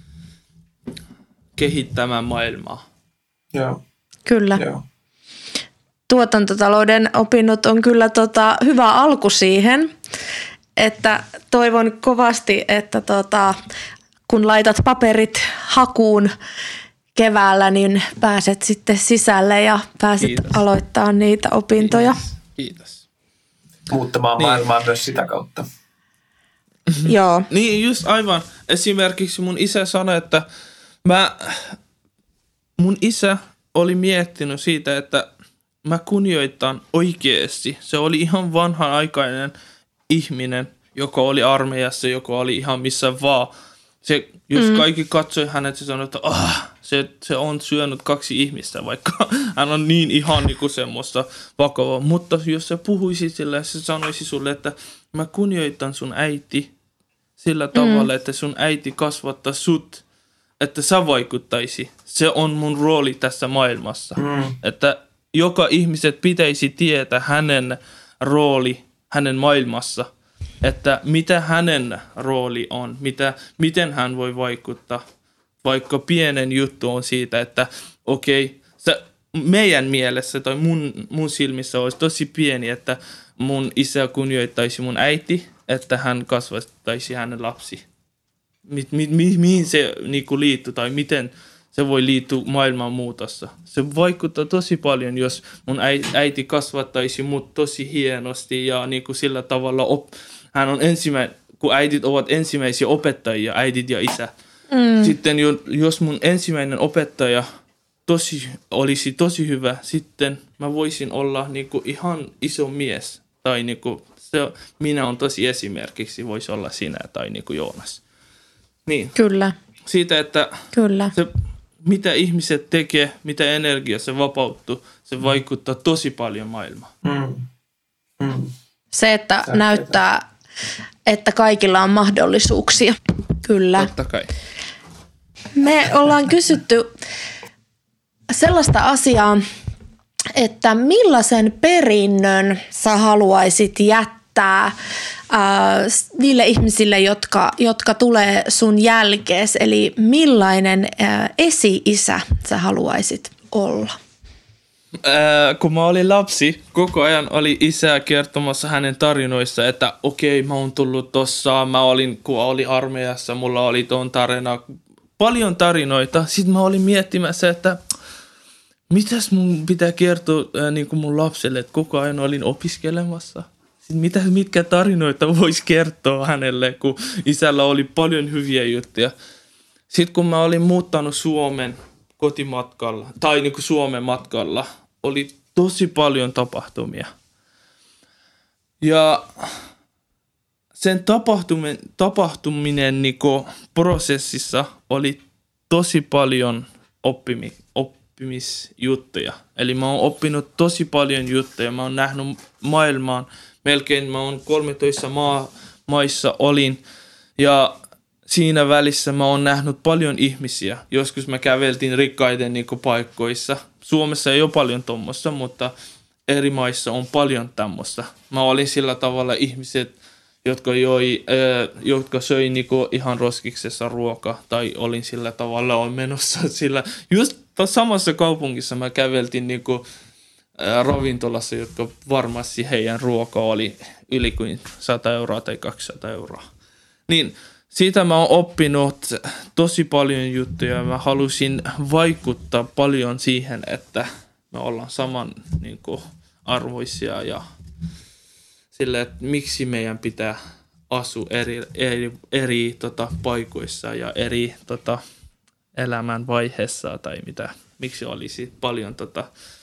kehittämään maailmaa. Joo. Kyllä. Joo. Tuotantotalouden opinnot on kyllä tota, hyvä alku siihen, että toivon kovasti, että tota, kun laitat paperit hakuun keväällä, niin pääset sitten sisälle ja pääset Kiitos. aloittamaan niitä opintoja. Kiitos. Kiitos. Muuttamaan Niin. maailmaa myös sitä kautta. Joo. Niin just aivan. Esimerkiksi mun isä sanoi, että mä, mun isä oli miettinyt siitä, että mä kunnioitan oikeasti. Se oli ihan vanhanaikainen ihminen, joka oli armeijassa, joka oli ihan missä vaan. Se, jos mm. kaikki katsoi hänet, se sanoi, että ah, se, se on syönyt kaksi ihmistä, vaikka hän on niin ihan niin kuin semmoista vakavaa. Mutta jos se puhuisi sille, se sanoisi sulle, että mä kunnioitan sun äiti sillä tavalla, mm. että sun äiti kasvattaa sut, että sä vaikuttaisi. Se on mun rooli tässä maailmassa. Mm. Että joka ihmiset pitäisi tietää hänen rooli hänen maailmassa. Että mitä hänen rooli on, mitä, miten hän voi vaikuttaa. Vaikka pienen juttu on siitä, että okei, okay, meidän mielessä tai mun, mun silmissä olisi tosi pieni, että mun isä kunnioittaisi mun äiti, että hän kasvattaisi hänen lapsi. Mi, mi, mi, mihin se niinku liittyy tai miten se voi liittyä maailman muutossa. Se vaikuttaa tosi paljon, jos mun äiti kasvattaisi mut tosi hienosti ja niinku sillä tavalla op, hän on ensimmäinen, kun äidit ovat ensimmäisiä opettajia, äidit ja isä. Mm. Sitten jos mun ensimmäinen opettaja tosi, olisi tosi hyvä, sitten mä voisin olla niinku ihan iso mies. Tai niinku, se, minä on tosi esimerkiksi, voisi olla sinä tai niinku Joonas. Niin. Kyllä. Siitä, että Kyllä. Se, mitä ihmiset tekee, mitä energia se vapautuu, se vaikuttaa tosi paljon maailmaan. Mm. Mm. Se, että Tärkeitä. näyttää, että kaikilla on mahdollisuuksia. Kyllä. Totta kai. Me ollaan kysytty sellaista asiaa, että millaisen perinnön sä haluaisit jättää äh, niille ihmisille, jotka, jotka tulee sun jälkees. Eli millainen äh, esi-isä sä haluaisit olla? Äh, kun mä olin lapsi, koko ajan oli isä kertomassa hänen tarinoissa, että okei, okay, mä oon tullut tossa, mä olin, kun olin armeijassa, mulla oli ton tarina, paljon tarinoita. Sitten mä olin miettimässä, että mitäs mun pitää kertoa äh, niin kuin mun lapselle, että koko ajan olin opiskelemassa. Sitten mitä, mitkä tarinoita voisi kertoa hänelle, kun isällä oli paljon hyviä juttuja. Sitten kun mä olin muuttanut Suomen kotimatkalla, tai niin kuin Suomen matkalla, oli tosi paljon tapahtumia. Ja sen tapahtuminen, tapahtuminen niin kuin prosessissa oli tosi paljon oppimi, oppimisjuttuja. Eli mä oon oppinut tosi paljon juttuja. Mä oon nähnyt maailmaan. Melkein mä oon kolmetoista maa, maissa olin. Ja siinä välissä mä oon nähnyt paljon ihmisiä. Joskus mä käveltiin rikkaiden niin kuin paikkoissa. Suomessa ei ole paljon tommoista, mutta eri maissa on paljon tämmöistä. Mä olin sillä tavalla ihmiset, jotka, joi, äh, jotka söi niin kuin ihan roskiksessa ruokaa. Tai olin sillä tavalla on menossa sillä. Just samassa kaupungissa mä käveltiin niin kuin, äh, ravintolassa, jotka varmasti heidän ruoka oli yli kuin sata euroa tai kaksisataa euroa. Niin siitä mä oon oppinut tosi paljon juttuja. Mä halusin vaikuttaa paljon siihen, että me ollaan saman niin kuin, arvoisia ja sille, että miksi meidän pitää asua eri, eri, eri tota, paikoissa ja eri tota, elämän vaiheessa tai mitä, miksi olisi paljon tota,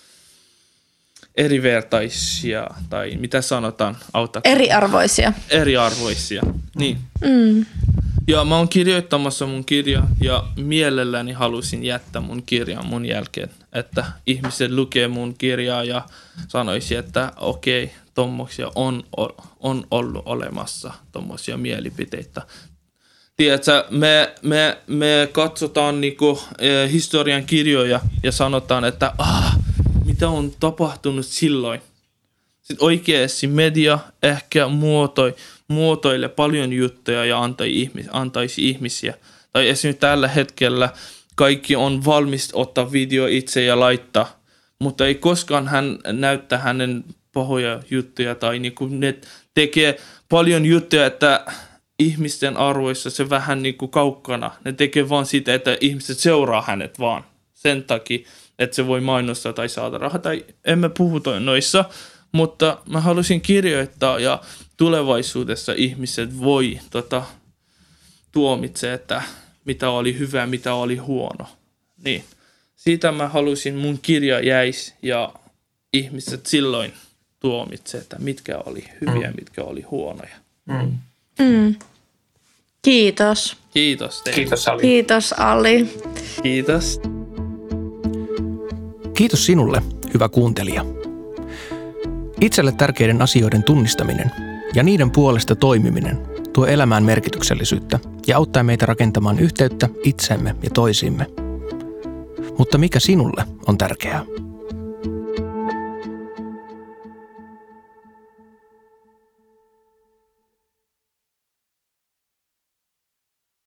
erivertaisia tai mitä sanotaan? Autakaa. Eriarvoisia. Eriarvoisia, niin. Mm. Ja mä oon kirjoittamassa mun kirjaa ja mielelläni halusin jättää mun kirjan mun jälkeen, että ihmiset lukee mun kirjaa ja sanoisi, että okei, okay, tommosia on, on ollut olemassa, tommosia mielipiteitä. Tiedätkö, me, me, me katsotaan niinku, eh, historian kirjoja ja sanotaan, että ah, mitä on tapahtunut silloin. Sitten oikeasti media ehkä muotoi, muotoilee paljon juttuja ja antai ihmis, antaisi ihmisiä. Tai esimerkiksi tällä hetkellä kaikki on valmis ottaa video itse ja laittaa, mutta ei koskaan hän näyttää hänen pahoja juttuja tai niinku ne tekee paljon juttuja, että ihmisten arvoissa se vähän niinku kaukana. Ne tekee vaan sitä, että ihmiset seuraa hänet vaan sen takia, että se voi mainostaa tai saada rahaa. Tai emme puhuta noissa, mutta mä halusin kirjoittaa ja tulevaisuudessa ihmiset voi tota, tuomitse, että mitä oli hyvä, mitä oli huono. Niin. Siitä mä halusin mun kirja jäisi ja ihmiset silloin tuomitse, että mitkä oli hyviä, mm. mitkä oli huonoja. Mm. Mm. Kiitos. Kiitos teille. Kiitos Ali. Kiitos Ali. Kiitos. Kiitos sinulle, hyvä kuuntelija. Itselle tärkeiden asioiden tunnistaminen ja niiden puolesta toimiminen tuo elämään merkityksellisyyttä ja auttaa meitä rakentamaan yhteyttä itsemme ja toisiimme. Mutta mikä sinulle on tärkeää?